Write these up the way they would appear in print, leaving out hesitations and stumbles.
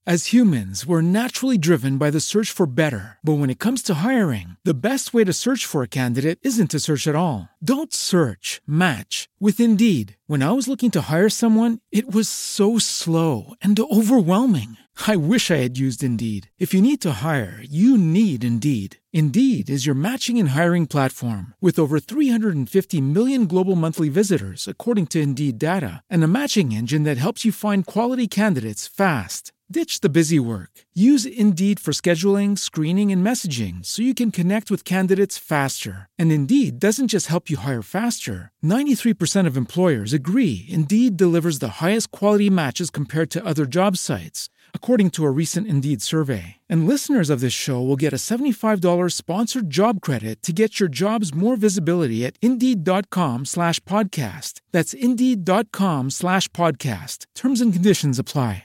As humans, we're naturally driven by the search for better. But when it comes to hiring, the best way to search for a candidate isn't to search at all. Don't search, match with Indeed. When I was looking to hire someone, it was so slow and overwhelming. I wish I had used Indeed. If you need to hire, you need Indeed. Indeed is your matching and hiring platform with over 350 million global monthly visitors, according to Indeed data, and a matching engine that helps you find quality candidates fast. Ditch the busy work. Use Indeed for scheduling, screening, and messaging so you can connect with candidates faster. And Indeed doesn't just help you hire faster. 93% of employers agree Indeed delivers the highest quality matches compared to other job sites, according to a recent Indeed survey. And listeners of this show will get a $75 sponsored job credit to get your jobs more visibility at Indeed.com/podcast. That's Indeed.com/podcast. Terms and conditions apply.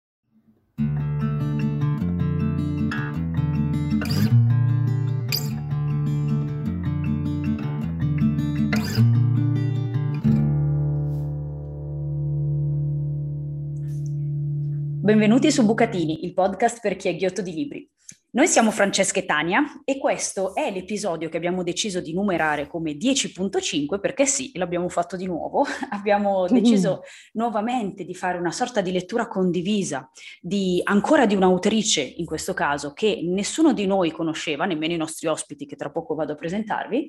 Benvenuti su Bucatini, il podcast per chi è ghiotto di libri. Noi siamo Francesca e Tania e questo è l'episodio che abbiamo deciso di numerare come 10.5 perché sì, l'abbiamo fatto di nuovo. Abbiamo deciso nuovamente di fare una sorta di lettura condivisa ancora di un'autrice, in questo caso, che nessuno di noi conosceva, nemmeno i nostri ospiti che tra poco vado a presentarvi,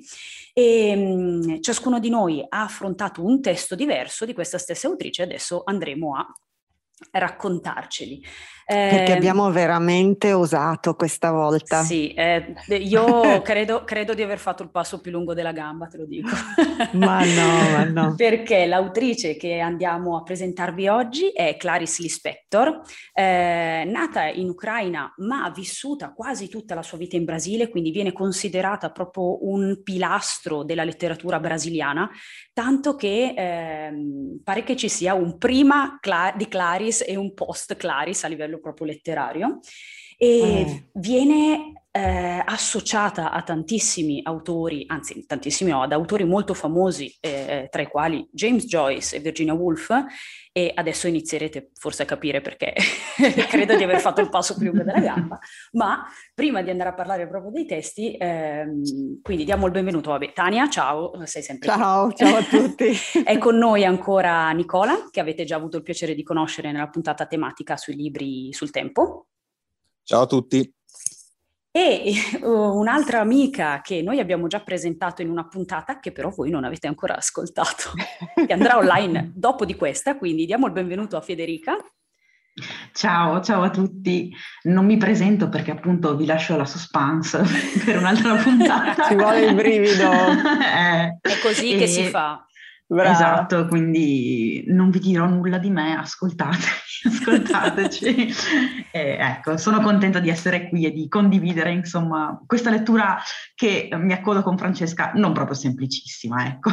e ciascuno di noi ha affrontato un testo diverso di questa stessa autrice e adesso andremo a raccontarceli. Perché abbiamo veramente osato questa volta. Sì, io credo di aver fatto il passo più lungo della gamba, te lo dico. Ma no. Perché l'autrice che andiamo a presentarvi oggi è Clarice Lispector, nata in Ucraina ma vissuta quasi tutta la sua vita in Brasile, quindi viene considerata proprio un pilastro della letteratura brasiliana, tanto che pare che ci sia un prima di Clarice e un post Clarice a livello proprio letterario, e viene associata a tantissimi autori, anzi tantissimi no, ad autori molto famosi, tra i quali James Joyce e Virginia Woolf, e adesso inizierete forse a capire perché credo di aver fatto il passo più lungo della gamba, ma prima di andare a parlare proprio dei testi, quindi diamo il benvenuto a Tania, ciao, sei sempre ciao a tutti. È con noi ancora Nicola, che avete già avuto il piacere di conoscere nella puntata tematica sui libri sul tempo. Ciao a tutti. E un'altra amica che noi abbiamo già presentato in una puntata che però voi non avete ancora ascoltato, che andrà online dopo di questa, quindi diamo il benvenuto a Federica. Ciao a tutti. Non mi presento perché appunto vi lascio la suspense per un'altra puntata. Ci vuole il brivido. È così che si fa. Brava. Esatto, quindi non vi dirò nulla di me, ascoltateci. Ecco, sono contenta di essere qui e di condividere, insomma, questa lettura che mi accodo con Francesca, non proprio semplicissima, ecco.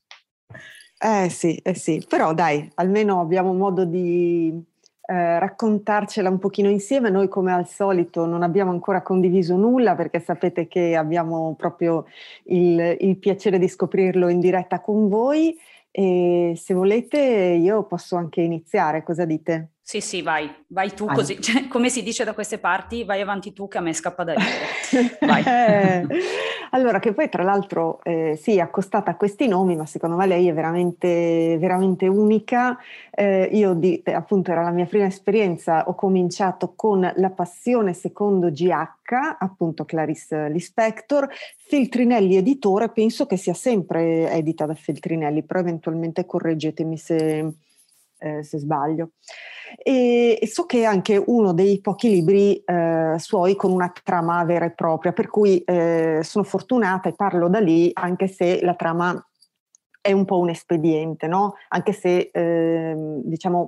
Sì, però dai, almeno abbiamo modo di raccontarcela un pochino insieme. Noi come al solito non abbiamo ancora condiviso nulla perché sapete che abbiamo proprio il piacere di scoprirlo in diretta con voi, e se volete io posso anche iniziare, cosa dite? Sì, vai tu, vai. Così, cioè, come si dice da queste parti, vai avanti tu che a me scappa da ridere. Vai. Allora, che poi tra l'altro sì, è accostata a questi nomi, ma secondo me lei è veramente, veramente unica. Appunto era la mia prima esperienza, ho cominciato con La passione secondo GH, appunto Clarice Lispector, Feltrinelli editore, penso che sia sempre edita da Feltrinelli, però eventualmente correggetemi se sbaglio. E so che è anche uno dei pochi libri suoi con una trama vera e propria, per cui sono fortunata e parlo da lì, anche se la trama è un po' un espediente, no? Anche se diciamo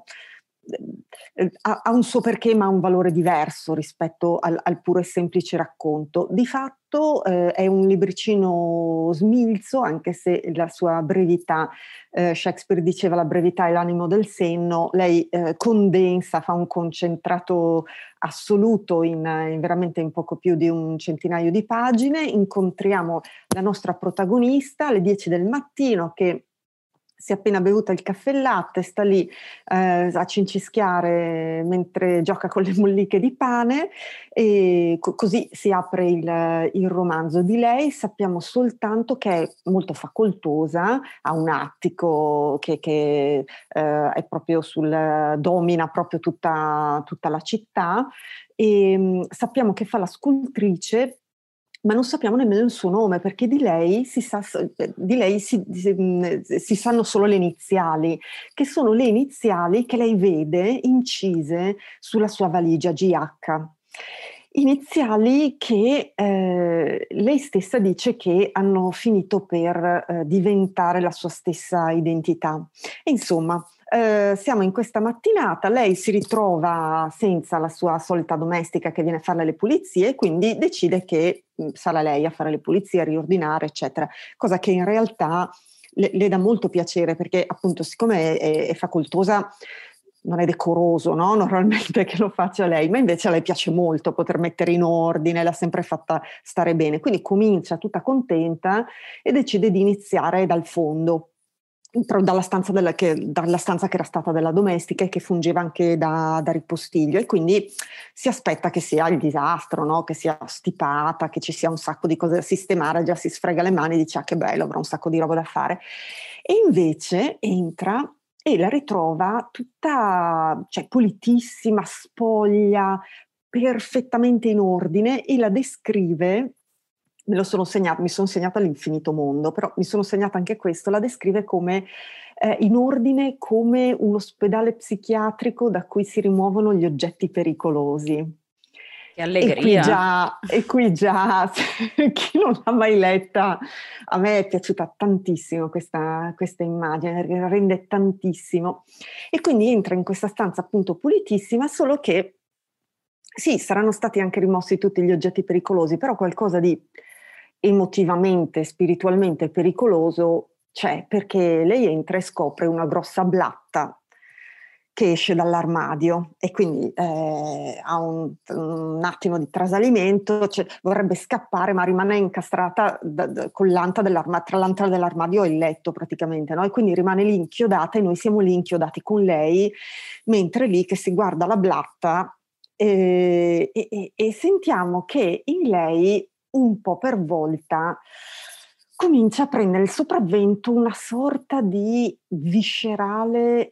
ha un suo perché, ma ha un valore diverso rispetto al puro e semplice racconto. Di fatto è un libricino smilzo, anche se la sua brevità, Shakespeare diceva la brevità è l'animo del senno, lei condensa, fa un concentrato assoluto in veramente in poco più di un centinaio di pagine. Incontriamo la nostra protagonista alle 10 del mattino che si è appena bevuta il caffè e latte, sta lì a cincischiare mentre gioca con le molliche di pane, e così si apre il romanzo. Di lei sappiamo soltanto che è molto facoltosa, ha un attico che è proprio domina proprio tutta la città, e sappiamo che fa la scultrice, ma non sappiamo nemmeno il suo nome, perché di lei si sanno solo le iniziali, che sono le iniziali che lei vede incise sulla sua valigia GH. Iniziali che lei stessa dice che hanno finito per diventare la sua stessa identità. E insomma, siamo in questa mattinata, lei si ritrova senza la sua solita domestica che viene a fare le pulizie, quindi decide che sarà lei a fare le pulizie, a riordinare, eccetera, cosa che in realtà le dà molto piacere, perché appunto siccome è facoltosa, non è decoroso, no? Normalmente che lo faccia lei, ma invece a lei piace molto poter mettere in ordine, l'ha sempre fatta stare bene, quindi comincia tutta contenta e decide di iniziare dal fondo, dalla stanza che era stata della domestica e che fungeva anche da ripostiglio, e quindi si aspetta che sia il disastro, no? Che sia stipata, che ci sia un sacco di cose da sistemare, già si sfrega le mani e dice: ah, che bello, avrò un sacco di roba da fare. E invece entra e la ritrova tutta, cioè, pulitissima, spoglia, perfettamente in ordine, e la descrive. Mi sono segnata all'infinito mondo, però mi sono segnata anche questo, la descrive come in ordine, come un ospedale psichiatrico da cui si rimuovono gli oggetti pericolosi. Che allegria! E qui già chi non l'ha mai letta, a me è piaciuta tantissimo questa immagine, rende tantissimo. E quindi entra in questa stanza appunto pulitissima, solo che sì, saranno stati anche rimossi tutti gli oggetti pericolosi, però qualcosa di emotivamente, spiritualmente pericoloso c'è, perché lei entra e scopre una grossa blatta che esce dall'armadio, e quindi ha un attimo di trasalimento, cioè vorrebbe scappare ma rimane incastrata con l'anta tra l'anta dell'armadio e il letto praticamente, no? E quindi rimane lì inchiodata, e noi siamo lì inchiodati con lei, mentre lì che si guarda la blatta, e sentiamo che in lei un po' per volta comincia a prendere il sopravvento una sorta di viscerale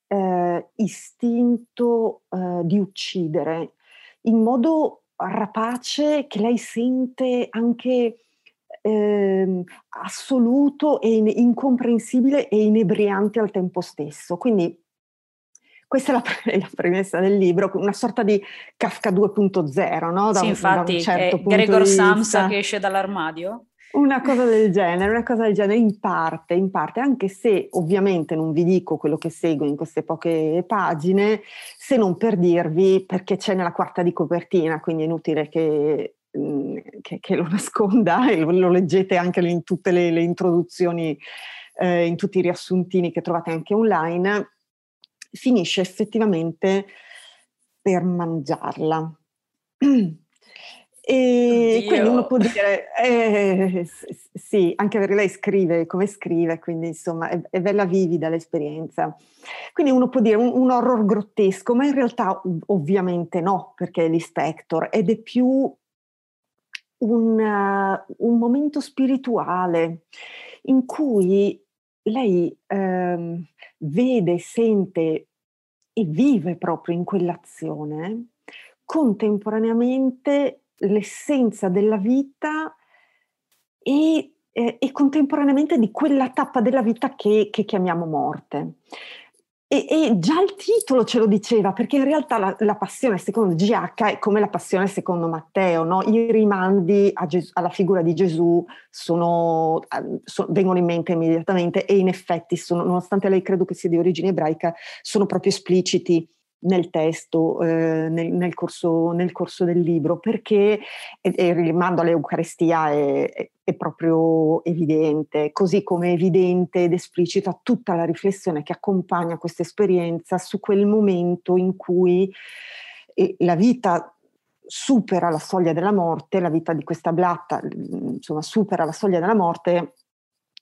istinto di uccidere, in modo rapace, che lei sente anche assoluto e incomprensibile e inebriante al tempo stesso. Quindi questa è la premessa del libro, una sorta di Kafka 2.0, no? Sì, Da un infatti, certo è punto Gregor di Samsa vista. che esce dall'armadio? Una cosa del genere, in parte, anche se ovviamente non vi dico quello che segue in queste poche pagine, se non per dirvi perché c'è nella quarta di copertina, quindi è inutile che lo nasconda, e lo leggete anche in tutte le introduzioni, in tutti i riassuntini che trovate anche online. Finisce effettivamente per mangiarla. E Oddio. quindi uno può dire, sì, anche perché lei scrive come scrive, quindi insomma è bella vivida l'esperienza. Quindi uno può dire un horror grottesco, ma in realtà ovviamente no, perché è l'Inspector, ed è più un momento spirituale in cui lei vede, sente e vive proprio in quell'azione contemporaneamente l'essenza della vita e contemporaneamente di quella tappa della vita che chiamiamo morte. E già il titolo ce lo diceva, perché in realtà la passione secondo GH è come la passione secondo Matteo, no? I rimandi alla figura di Gesù vengono in mente immediatamente, e in effetti nonostante lei credo che sia di origine ebraica, sono proprio espliciti nel testo, nel corso del libro, perché il rimando all'Eucaristia è proprio evidente, così come è evidente ed esplicita tutta la riflessione che accompagna questa esperienza su quel momento in cui la vita supera la soglia della morte, la vita di questa blatta, insomma, supera la soglia della morte,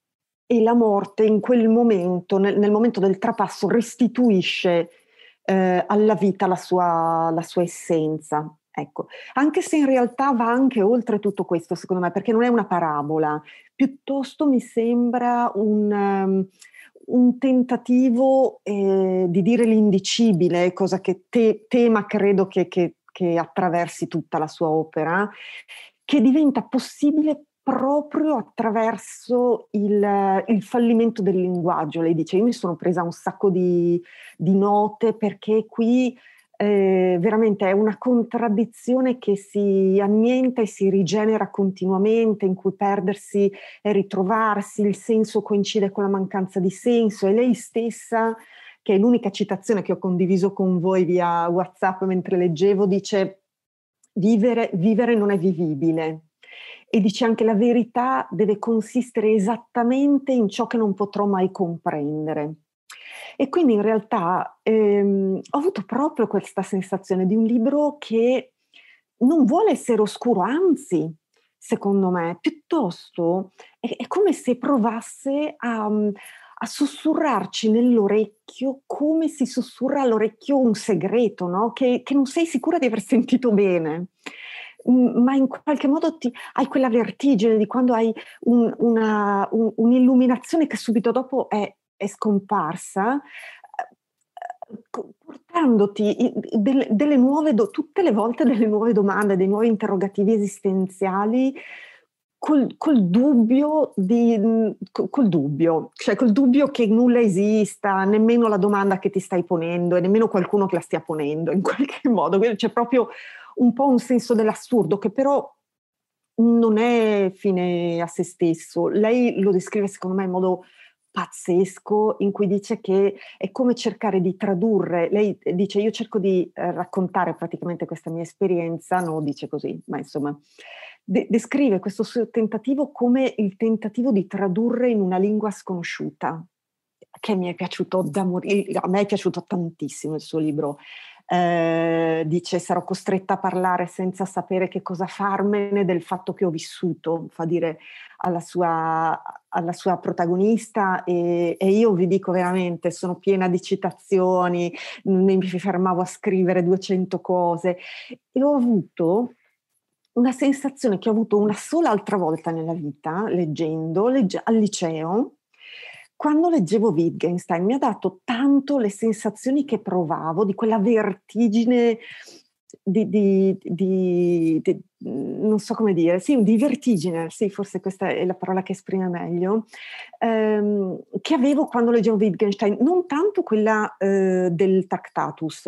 e la morte in quel momento, nel momento del trapasso, restituisce alla vita la sua essenza. Ecco, anche se in realtà va anche oltre tutto questo, secondo me, perché non è una parabola, piuttosto mi sembra un tentativo di dire l'indicibile, cosa che tema credo che attraversi tutta la sua opera, che diventa possibile proprio attraverso il fallimento del linguaggio. Lei dice, io mi sono presa un sacco di note perché qui veramente è una contraddizione che si annienta e si rigenera continuamente, in cui perdersi e ritrovarsi, il senso coincide con la mancanza di senso, e lei stessa, che è l'unica citazione che ho condiviso con voi via WhatsApp mentre leggevo, dice vivere non è vivibile. E dice anche la verità deve consistere esattamente in ciò che non potrò mai comprendere. E quindi in realtà ho avuto proprio questa sensazione di un libro che non vuole essere oscuro, anzi, secondo me, piuttosto è come se provasse a sussurrarci nell'orecchio come si sussurra all'orecchio un segreto, no? Che non sei sicura di aver sentito bene. Ma in qualche modo hai quella vertigine di quando hai un'illuminazione che subito dopo è scomparsa, portandoti delle nuove, tutte le volte delle nuove domande, dei nuovi interrogativi esistenziali, col dubbio cioè col dubbio che nulla esista, nemmeno la domanda che ti stai ponendo e nemmeno qualcuno che la stia ponendo in qualche modo. Quindi c'è proprio un po' un senso dell'assurdo che però non è fine a se stesso. Lei lo descrive secondo me in modo pazzesco, in cui dice che è come cercare di tradurre. Lei dice, io cerco di raccontare praticamente questa mia esperienza, non dice così, ma insomma descrive questo suo tentativo come il tentativo di tradurre in una lingua sconosciuta, che mi è piaciuto da morire. A me è piaciuto tantissimo il suo libro. Dice, sarò costretta a parlare senza sapere che cosa farmene del fatto che ho vissuto, fa dire alla sua protagonista, e io vi dico veramente, sono piena di citazioni, mi fermavo a scrivere 200 cose e ho avuto una sensazione che ho avuto una sola altra volta nella vita leggendo al liceo. Quando leggevo Wittgenstein mi ha dato tanto le sensazioni che provavo, di quella vertigine non so come dire, sì, di vertigine, sì, forse questa è la parola che esprime meglio, che avevo quando leggevo Wittgenstein, non tanto quella del Tractatus,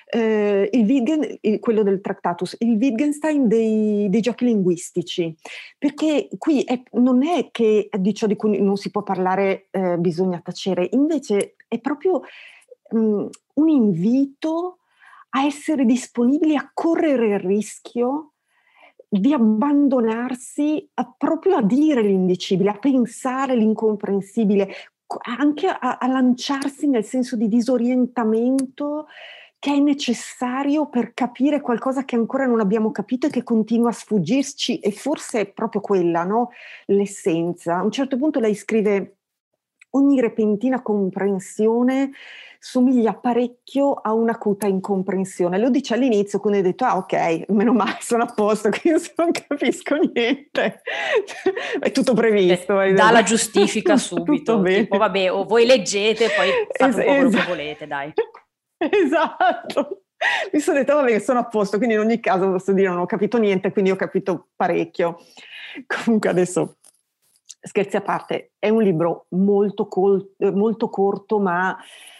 quello del Tractatus, il Wittgenstein dei giochi linguistici, perché qui non è che di ciò di cui non si può parlare bisogna tacere, invece è proprio un invito a essere disponibili a correre il rischio di abbandonarsi proprio a dire l'indicibile, a pensare l'incomprensibile, anche a lanciarsi nel senso di disorientamento che è necessario per capire qualcosa che ancora non abbiamo capito e che continua a sfuggirci, e forse è proprio quella, no? L'essenza. A un certo punto lei scrive: ogni repentina comprensione somiglia parecchio a un'acuta incomprensione. Lo dice all'inizio, quindi ho detto, ok, meno male, sono a posto, quindi non capisco niente. È tutto previsto. Dà la giustifica subito, tutto bene. Tipo, vabbè, o voi leggete, poi fate un po' quello che volete, dai. Esatto. Mi sono detto, vabbè, sono a posto, quindi in ogni caso posso dire non ho capito niente, quindi ho capito parecchio. Comunque adesso, scherzi a parte, è un libro molto corto ma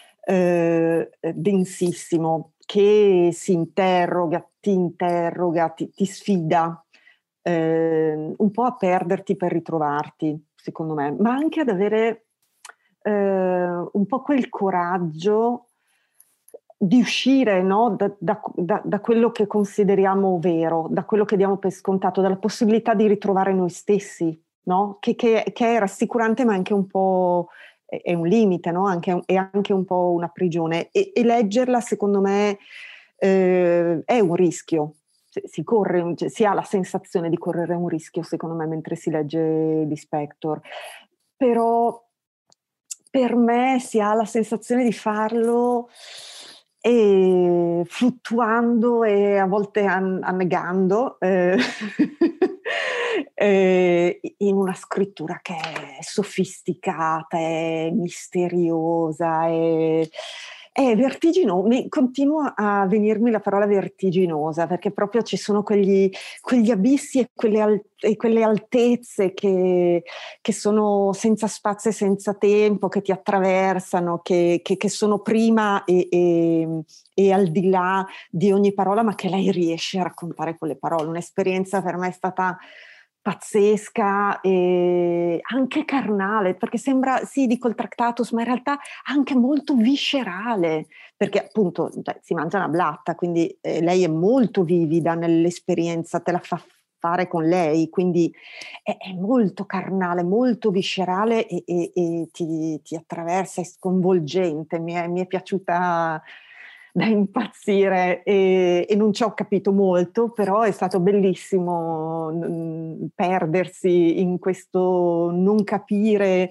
densissimo, che ti interroga, ti sfida un po' a perderti per ritrovarti, secondo me, ma anche ad avere un po' quel coraggio di uscire, no, da quello che consideriamo vero, da quello che diamo per scontato, dalla possibilità di ritrovare noi stessi, no? Che è rassicurante, ma anche un po' è un limite, no? È anche un po' una prigione. E leggerla, secondo me, è un rischio. Si ha la sensazione di correre un rischio, secondo me, mentre si legge Lispector. Però per me si ha la sensazione di farlo fluttuando e a volte annegando in una scrittura che è sofisticata, è misteriosa, è vertiginosa. Continua a venirmi la parola vertiginosa, perché proprio ci sono quegli abissi e quelle altezze che sono senza spazio e senza tempo, che ti attraversano, che sono prima e al di là di ogni parola, ma che lei riesce a raccontare con le parole. Un'esperienza per me è stata pazzesca e anche carnale, perché sembra, sì, dico il Tractatus, ma in realtà anche molto viscerale, perché appunto si mangia una blatta, quindi lei è molto vivida nell'esperienza, te la fa fare con lei, quindi è molto carnale, molto viscerale e ti attraversa, è sconvolgente, mi è piaciuta da impazzire e non ci ho capito molto, però è stato bellissimo perdersi in questo non capire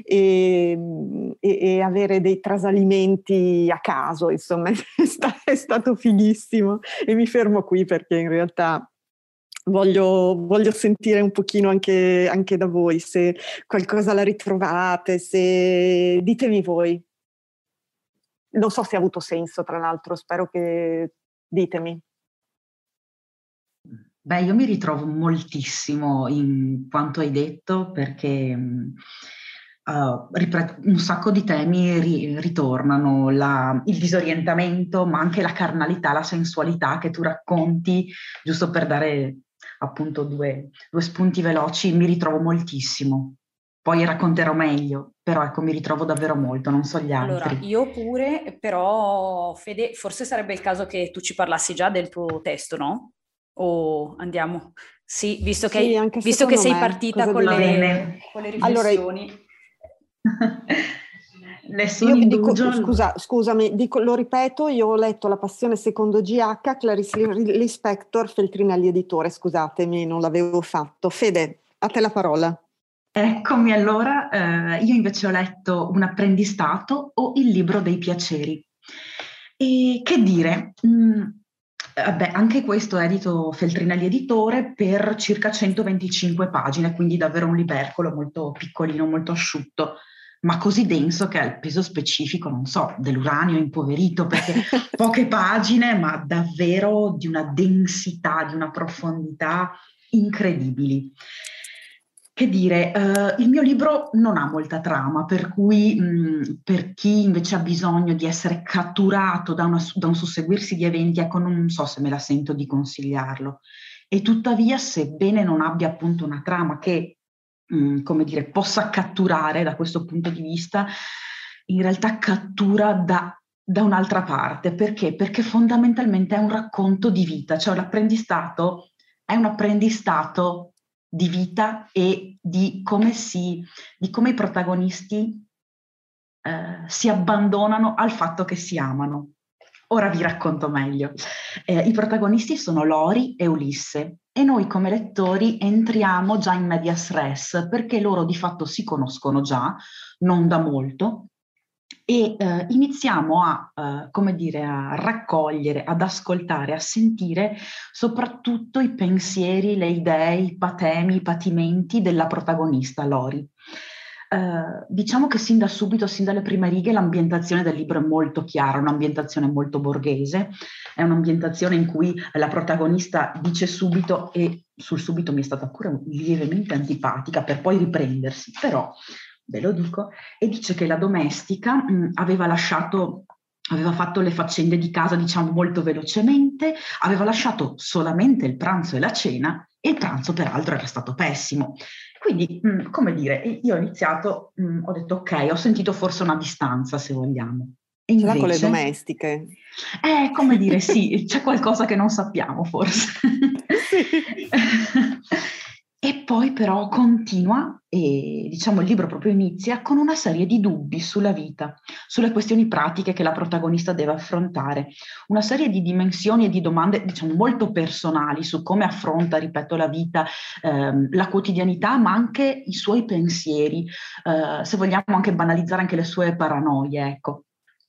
e avere dei trasalimenti a caso, insomma è stato fighissimo e mi fermo qui perché in realtà voglio sentire un pochino anche da voi, se qualcosa la ritrovate, se ditemi voi. Non so se ha avuto senso, tra l'altro, spero che... Ditemi. Beh, io mi ritrovo moltissimo in quanto hai detto perché un sacco di temi ritornano, il disorientamento, ma anche la carnalità, la sensualità che tu racconti, giusto per dare appunto due spunti veloci, mi ritrovo moltissimo. Poi racconterò meglio, però ecco, mi ritrovo davvero molto, non so gli altri. Allora, io pure, però Fede, forse sarebbe il caso che tu ci parlassi già del tuo testo, no? O andiamo? Sì, visto che, Sì, anche visto che secondo sei me. partita Cosa con dici? le Allora, riflessioni. Nessun io dico, indugio. scusami, lo ripeto, io ho letto La Passione secondo GH, Clarice Lispector, Feltrinelli editore, scusatemi, non l'avevo fatto. Fede, a te la parola. Eccomi allora, io invece ho letto Un apprendistato o Il libro dei piaceri. E che dire, vabbè, anche questo è edito Feltrinelli editore per circa 125 pagine, quindi davvero un libercolo molto piccolino, molto asciutto, ma così denso che ha il peso specifico, non so, dell'uranio impoverito, perché poche pagine, ma davvero di una densità, di una profondità incredibili. Che dire, il mio libro non ha molta trama, per cui per chi invece ha bisogno di essere catturato da un susseguirsi di eventi, ecco, non so se me la sento di consigliarlo. E tuttavia, sebbene non abbia appunto una trama che, come dire, possa catturare da questo punto di vista, in realtà cattura da un'altra parte. Perché? Perché fondamentalmente è un racconto di vita, cioè l'apprendistato è un apprendistato di vita e di come i protagonisti si abbandonano al fatto che si amano. Ora vi racconto meglio. I protagonisti sono Lori e Ulisse e noi come lettori entriamo già in medias res perché loro di fatto si conoscono già, non da molto, e iniziamo come dire, a raccogliere, ad ascoltare, a sentire soprattutto i pensieri, le idee, i patemi, i patimenti della protagonista Lori. Diciamo che sin da subito, sin dalle prime righe, l'ambientazione del libro è molto chiara, un'ambientazione molto borghese, è un'ambientazione in cui la protagonista dice subito, e sul subito mi è stata pure lievemente antipatica per poi riprendersi, però ve lo dico, e dice che la domestica aveva fatto le faccende di casa, diciamo, molto velocemente, aveva lasciato solamente il pranzo e la cena, e il pranzo peraltro era stato pessimo. Quindi, come dire, io ho iniziato, ho detto ok, ho sentito forse una distanza, se vogliamo. E Ce l'ha con le invece, domestiche. come dire, sì, c'è qualcosa che non sappiamo forse. Sì. E poi però continua e diciamo il libro proprio inizia con una serie di dubbi sulla vita, sulle questioni pratiche che la protagonista deve affrontare, una serie di dimensioni e di domande diciamo molto personali su come affronta, ripeto, la vita, la quotidianità, ma anche i suoi pensieri, se vogliamo anche banalizzare anche le sue paranoie, ecco.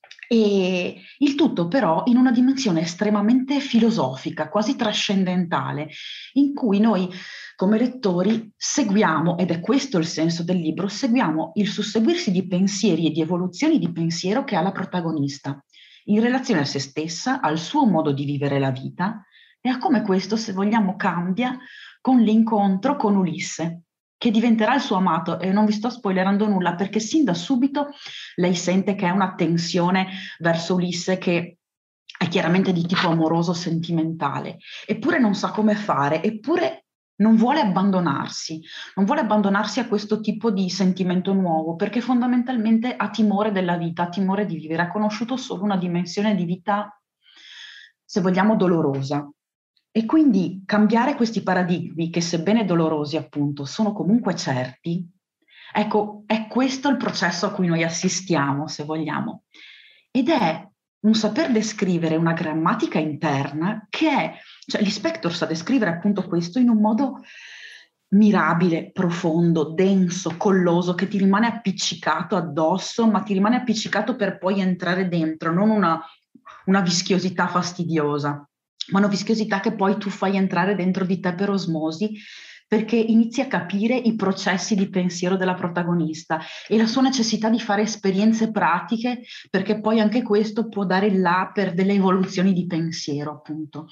E il tutto però in una dimensione estremamente filosofica, quasi trascendentale, in cui noi come lettori seguiamo, ed è questo il senso del libro, seguiamo il susseguirsi di pensieri e di evoluzioni di pensiero che ha la protagonista, in relazione a se stessa, al suo modo di vivere la vita e a come questo, se vogliamo, cambia con l'incontro con Ulisse, che diventerà il suo amato, e non vi sto spoilerando nulla perché sin da subito lei sente che è una tensione verso Ulisse che è chiaramente di tipo amoroso, sentimentale, eppure non sa come fare, eppure non vuole abbandonarsi a questo tipo di sentimento nuovo, perché fondamentalmente ha timore della vita, ha timore di vivere, ha conosciuto solo una dimensione di vita, se vogliamo, dolorosa. E quindi cambiare questi paradigmi, che sebbene dolorosi appunto, sono comunque certi, ecco, è questo il processo a cui noi assistiamo, se vogliamo. Ed è un saper descrivere una grammatica interna che è, cioè l'Inspector sa descrivere appunto questo in un modo mirabile, profondo, denso, colloso, che ti rimane appiccicato addosso, ma ti rimane appiccicato per poi entrare dentro, non una vischiosità fastidiosa, ma una vischiosità che poi tu fai entrare dentro di te per osmosi, perché inizi a capire i processi di pensiero della protagonista e la sua necessità di fare esperienze pratiche, perché poi anche questo può dare il là per delle evoluzioni di pensiero, appunto.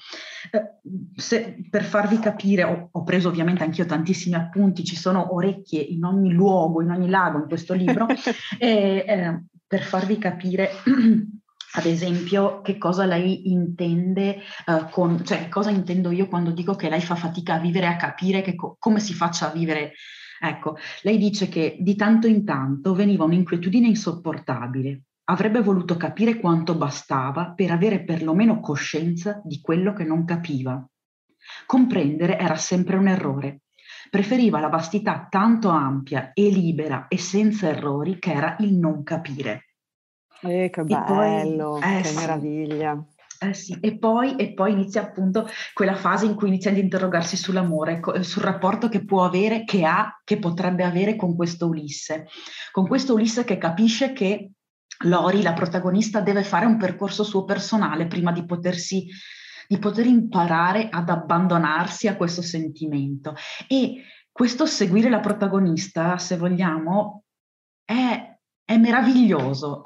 Per farvi capire, ho preso ovviamente anch'io tantissimi appunti, ci sono orecchie in ogni luogo, in ogni lago in questo libro, per farvi capire ad esempio che cosa lei intende cioè cosa intendo io quando dico che lei fa fatica a vivere, a capire come si faccia a vivere. Ecco, lei dice che di tanto in tanto veniva un'inquietudine insopportabile. Avrebbe voluto capire quanto bastava per avere perlomeno coscienza di quello che non capiva. Comprendere era sempre un errore. Preferiva la vastità tanto ampia e libera e senza errori che era il non capire. Che bello, che sì, meraviglia. Sì. E poi inizia appunto quella fase in cui inizia ad interrogarsi sull'amore, sul rapporto che può avere, che potrebbe avere con questo Ulisse che capisce che Lori, la protagonista, deve fare un percorso suo personale prima di poter imparare ad abbandonarsi a questo sentimento. E questo seguire la protagonista, se vogliamo, è meraviglioso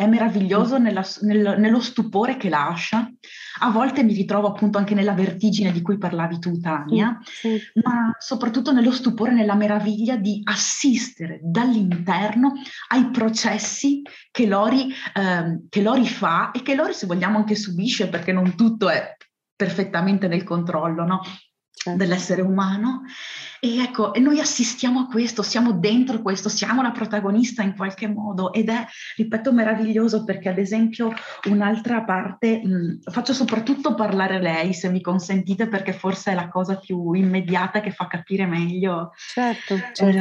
nello stupore che lascia. A volte mi ritrovo appunto anche nella vertigine di cui parlavi tu, Tania, ma soprattutto nello stupore, nella meraviglia di assistere dall'interno ai processi che Lori fa e che Lori, se vogliamo, anche subisce, perché non tutto è perfettamente nel controllo, no? Dell'essere umano. E ecco, e noi assistiamo a questo, siamo dentro questo, siamo la protagonista in qualche modo, ed è, ripeto, meraviglioso, perché ad esempio un'altra parte, faccio soprattutto parlare lei, se mi consentite, perché forse è la cosa più immediata che fa capire meglio. Certo.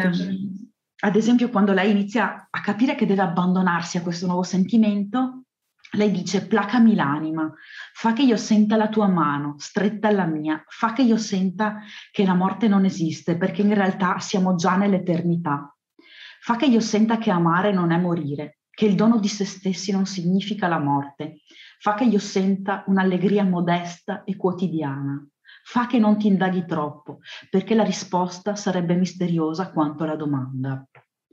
Ad esempio, quando lei inizia a capire che deve abbandonarsi a questo nuovo sentimento, lei dice: placami l'anima, fa che io senta la tua mano stretta alla mia, fa che io senta che la morte non esiste, perché in realtà siamo già nell'eternità. Fa che io senta che amare non è morire, che il dono di se stessi non significa la morte. Fa che io senta un'allegria modesta e quotidiana. Fa che non ti indaghi troppo, perché la risposta sarebbe misteriosa quanto la domanda.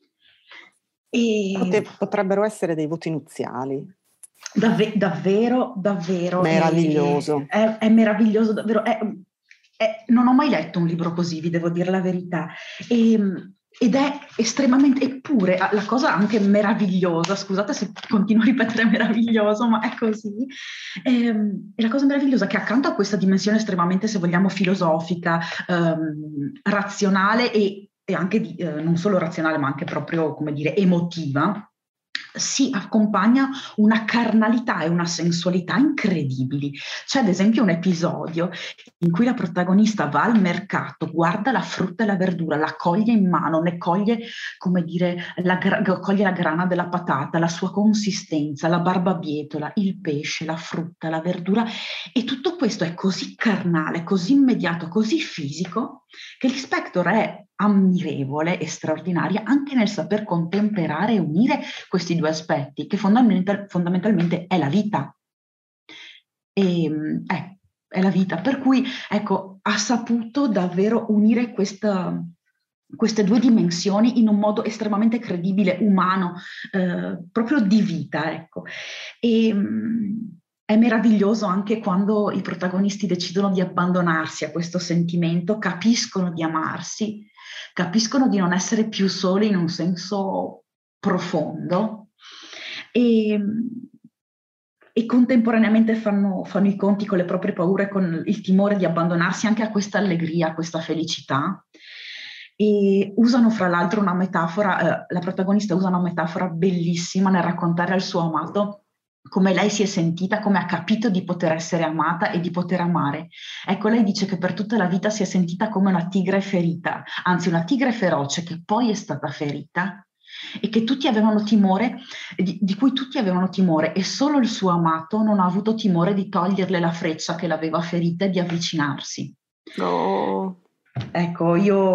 Potrebbero essere dei voti nuziali. Davvero meraviglioso. È meraviglioso, davvero. Non ho mai letto un libro così, vi devo dire la verità, ed è estremamente, eppure la cosa anche meravigliosa, scusate se continuo a ripetere meraviglioso, ma è così, è la cosa meravigliosa che accanto a questa dimensione estremamente, se vogliamo, filosofica, razionale e anche non solo razionale, ma anche proprio, come dire, emotiva, si accompagna una carnalità e una sensualità incredibili. C'è ad esempio un episodio in cui la protagonista va al mercato, guarda la frutta e la verdura, la coglie in mano, ne coglie, come dire, coglie la grana della patata, la sua consistenza, la barbabietola, il pesce, la frutta, la verdura, e tutto questo è così carnale, così immediato, così fisico, che l'Inspector è ammirevole e straordinaria anche nel saper contemperare e unire questi due aspetti, che fondamentalmente è la vita. È la vita, per cui ecco, ha saputo davvero unire queste due dimensioni in un modo estremamente credibile, umano, proprio di vita, ecco. È meraviglioso anche quando i protagonisti decidono di abbandonarsi a questo sentimento, capiscono di amarsi, capiscono di non essere più soli in un senso profondo e contemporaneamente fanno i conti con le proprie paure, con il timore di abbandonarsi anche a questa allegria, a questa felicità. E usano fra l'altro una metafora, la protagonista usa una metafora bellissima nel raccontare al suo amato come lei si è sentita, come ha capito di poter essere amata e di poter amare. Ecco, lei dice che per tutta la vita si è sentita come una tigre ferita, anzi una tigre feroce che poi è stata ferita e che tutti avevano timore, di cui tutti avevano timore, e solo il suo amato non ha avuto timore di toglierle la freccia che l'aveva ferita e di avvicinarsi. Oh. Ecco,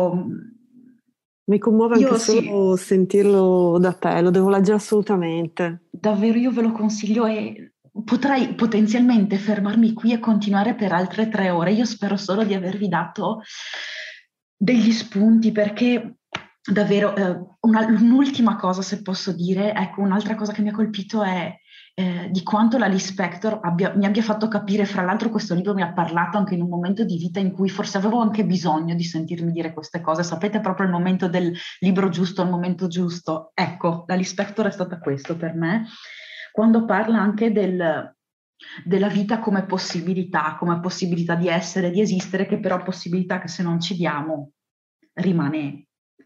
mi commuove anche solo sentirlo da te, lo devo leggere assolutamente. Davvero, io ve lo consiglio e potrei potenzialmente fermarmi qui e continuare per altre 3 ore. Io spero solo di avervi dato degli spunti, perché davvero un'ultima cosa, se posso dire, ecco, un'altra cosa che mi ha colpito è di quanto la Lispector mi abbia fatto capire. Fra l'altro questo libro mi ha parlato anche in un momento di vita in cui forse avevo anche bisogno di sentirmi dire queste cose, sapete, proprio il momento del libro giusto, al momento giusto. Ecco, la Lispector è stata questo per me, quando parla anche della vita come possibilità di essere, di esistere, che però possibilità che se non ci diamo rimane.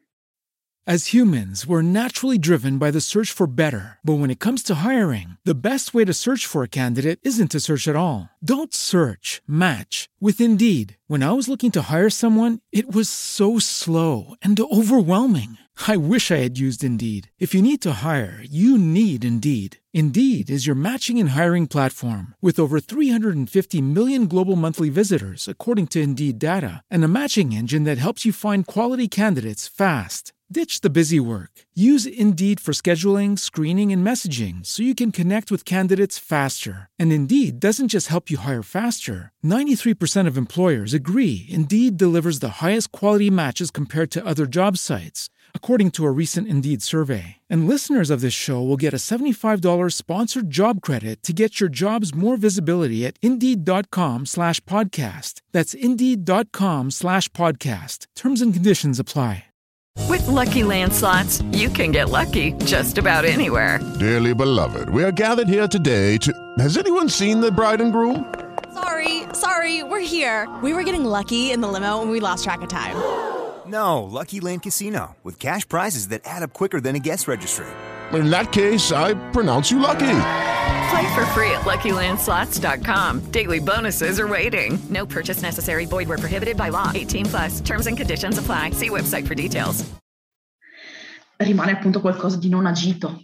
As humans, we're naturally driven by the search for better. But when it comes to hiring, the best way to search for a candidate isn't to search at all. Don't search, match with Indeed. When I was looking to hire someone, it was so slow and overwhelming. I wish I had used Indeed. If you need to hire, you need Indeed. Indeed is your matching and hiring platform with over 350 million global monthly visitors, according to Indeed data, and a matching engine that helps you find quality candidates fast. Ditch the busy work. Use Indeed for scheduling, screening, and messaging so you can connect with candidates faster. And Indeed doesn't just help you hire faster. 93% of employers agree Indeed delivers the highest quality matches compared to other job sites, according to a recent Indeed survey. And listeners of this show will get a $75 sponsored job credit to get your jobs more visibility at Indeed.com/podcast. That's Indeed.com/podcast. Terms and conditions apply. With Lucky Land Slots, you can get lucky just about anywhere. Dearly beloved, we are gathered here today to... Has anyone seen the bride and groom? Sorry, we're here. We were getting lucky in the limo and we lost track of time. No, Lucky Land Casino, with cash prizes that add up quicker than a guest registry. In that case, I pronounce you lucky. Play for free at LuckyLandSlots.com. Daily bonuses are waiting. No purchase necessary. Void where prohibited by law. 18+. Terms and conditions apply. See website for details. Rimane appunto qualcosa di non agito.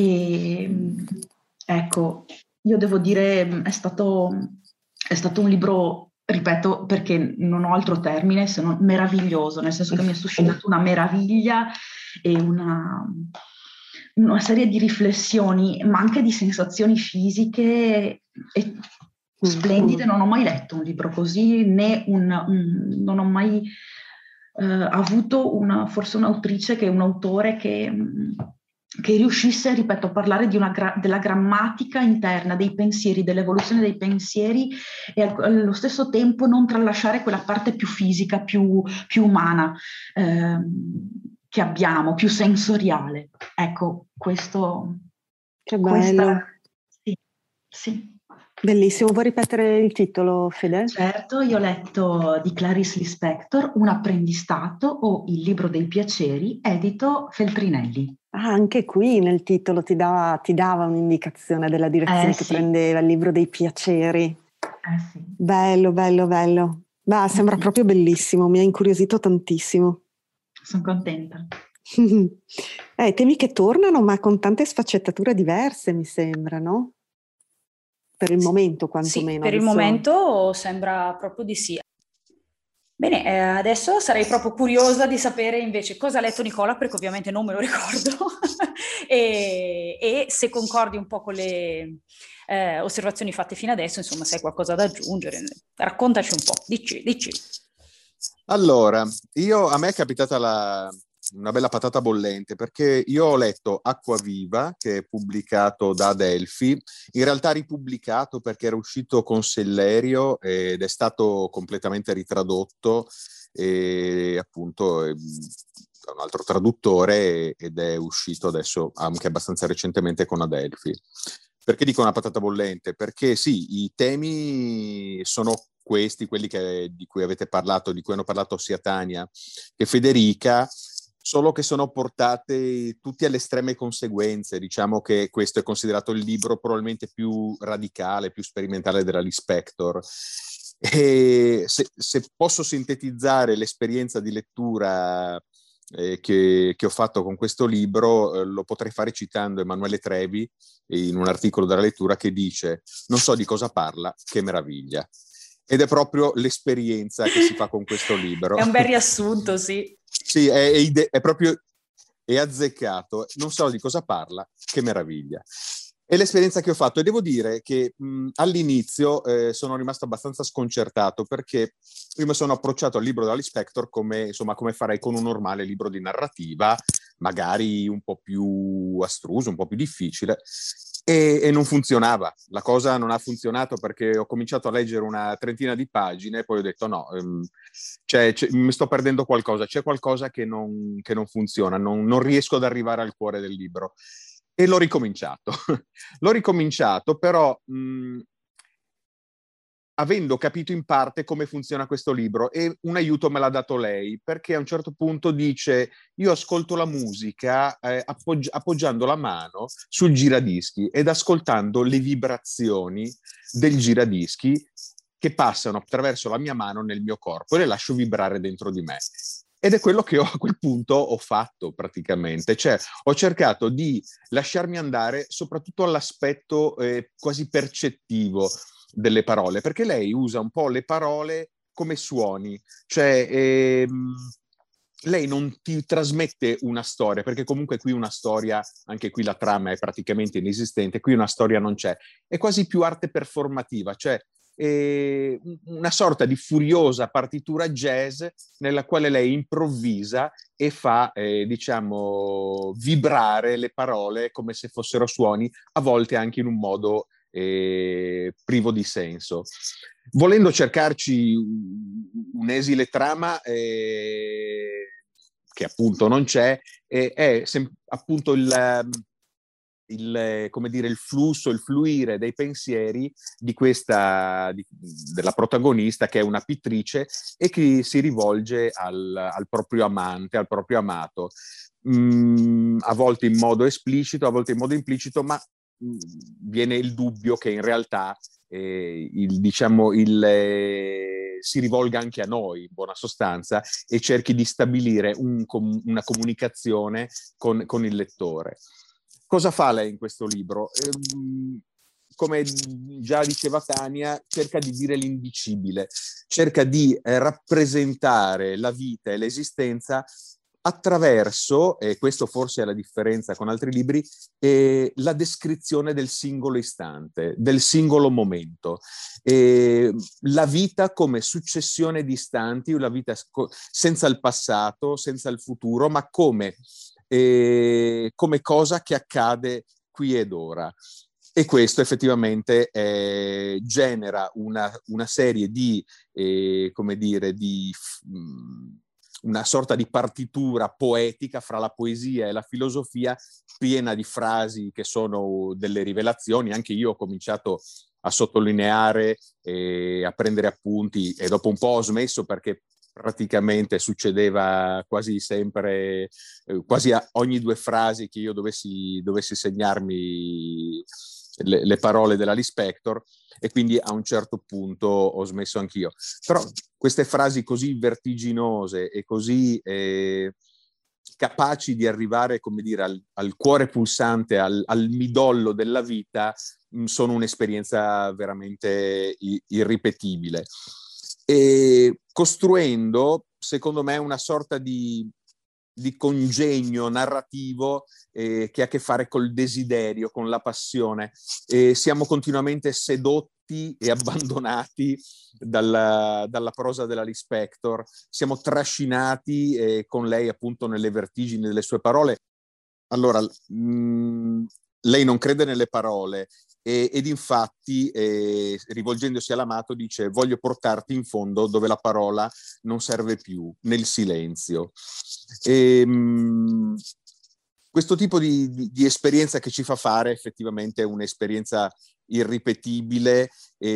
E ecco, io devo dire, è stato un libro, ripeto, perché non ho altro termine se non meraviglioso, nel senso che mi ha suscitato una meraviglia e una serie di riflessioni, ma anche di sensazioni fisiche splendide. Non ho mai letto un libro così, né non ho mai avuto forse un'autrice, un autore che riuscisse, ripeto, a parlare della grammatica interna dei pensieri, dell'evoluzione dei pensieri, e allo stesso tempo non tralasciare quella parte più fisica, più umana che abbiamo, più sensoriale. Ecco, questo... Che bello. Sì. Bellissimo. Vuoi ripetere il titolo, Fede? Certo, io ho letto di Clarice Lispector Un apprendistato o Il libro dei piaceri, edito Feltrinelli. Anche qui nel titolo ti dava un'indicazione della direzione che sì. prendeva, il libro dei piaceri. Sì. Bello, bello, bello. Beh, sembra proprio bellissimo, mi ha incuriosito tantissimo. Sono contenta. Temi che tornano, ma con tante sfaccettature diverse, mi sembra, no? Per il momento, quantomeno. Sì, per il momento sembra proprio di sì. Bene, adesso sarei proprio curiosa di sapere invece cosa ha letto Nicola, perché ovviamente non me lo ricordo, e se concordi un po' con le osservazioni fatte fino adesso, insomma, se hai qualcosa da aggiungere, raccontaci un po', dici. Allora, a me è capitata una bella patata bollente, perché io ho letto Acquaviva, che è pubblicato da Adelphi, in realtà ripubblicato perché era uscito con Sellerio ed è stato completamente ritradotto appunto da un altro traduttore ed è uscito adesso anche abbastanza recentemente con Adelphi. Perché dico una patata bollente? Perché sì, i temi sono questi, quelli di cui avete parlato, di cui hanno parlato sia Tania che Federica, solo che sono portate tutti alle estreme conseguenze. Diciamo che questo è considerato il libro probabilmente più radicale, più sperimentale della Lispector. E se posso sintetizzare l'esperienza di lettura che ho fatto con questo libro, lo potrei fare citando Emanuele Trevi in un articolo della lettura che dice: non so di cosa parla, che meraviglia. Ed è proprio l'esperienza che si fa con questo libro. È un bel riassunto, sì. Sì, è proprio azzeccato. Non so di cosa parla, che meraviglia. È l'esperienza che ho fatto, e devo dire che all'inizio sono rimasto abbastanza sconcertato, perché prima sono approcciato al libro della Lispector come farei con un normale libro di narrativa, magari un po' più astruso, un po' più difficile, e non funzionava. La cosa non ha funzionato perché ho cominciato a leggere una trentina di pagine e poi ho detto no, mi sto perdendo qualcosa, c'è qualcosa che non funziona, non riesco ad arrivare al cuore del libro. E l'ho ricominciato. L'ho ricominciato, però avendo capito in parte come funziona questo libro, e un aiuto me l'ha dato lei, perché a un certo punto dice: io ascolto la musica appoggiando la mano sul giradischi ed ascoltando le vibrazioni del giradischi che passano attraverso la mia mano nel mio corpo e le lascio vibrare dentro di me. Ed è quello che a quel punto ho fatto praticamente, cioè ho cercato di lasciarmi andare soprattutto all'aspetto quasi percettivo delle parole, perché lei usa un po' le parole come suoni, cioè lei non ti trasmette una storia, perché comunque qui una storia, anche qui la trama è praticamente inesistente, qui una storia non c'è, è quasi più arte performativa, cioè una sorta di furiosa partitura jazz nella quale lei improvvisa e fa, diciamo, vibrare le parole come se fossero suoni, a volte anche in un modo privo di senso. Volendo cercarci un'esile trama che appunto non c'è, è appunto come dire, il flusso, il fluire dei pensieri della protagonista, che è una pittrice e che si rivolge al proprio amante, al proprio amato, a volte in modo esplicito, a volte in modo implicito, ma viene il dubbio che in realtà si rivolga anche a noi, in buona sostanza, e cerchi di stabilire una comunicazione con il lettore. Cosa fa lei in questo libro? Come già diceva Tania, cerca di dire l'indicibile, cerca di rappresentare la vita e l'esistenza attraverso, e questo forse è la differenza con altri libri, la descrizione del singolo istante, del singolo momento. La vita come successione di istanti, la vita senza il passato, senza il futuro, ma come cosa che accade qui ed ora. E questo effettivamente genera una serie di, come dire, una sorta di partitura poetica fra la poesia e la filosofia, piena di frasi che sono delle rivelazioni. Anche io ho cominciato a sottolineare e a prendere appunti, e dopo un po' ho smesso perché praticamente succedeva quasi sempre, quasi a ogni 2 frasi che io dovessi segnarmi le parole della Lispector, e quindi a un certo punto ho smesso anch'io. Però queste frasi così vertiginose e così capaci di arrivare, come dire, al cuore pulsante, al midollo della vita, sono un'esperienza veramente irripetibile. E costruendo, secondo me, una sorta di congegno narrativo che ha a che fare col desiderio, con la passione. Siamo continuamente sedotti e abbandonati dalla prosa della Lispector, siamo trascinati con lei appunto nelle vertigini delle sue parole. Allora, lei non crede nelle parole ed infatti, rivolgendosi all'amato, dice: voglio portarti in fondo dove la parola non serve più, nel silenzio. Questo tipo di esperienza che ci fa fare effettivamente è un'esperienza irripetibile.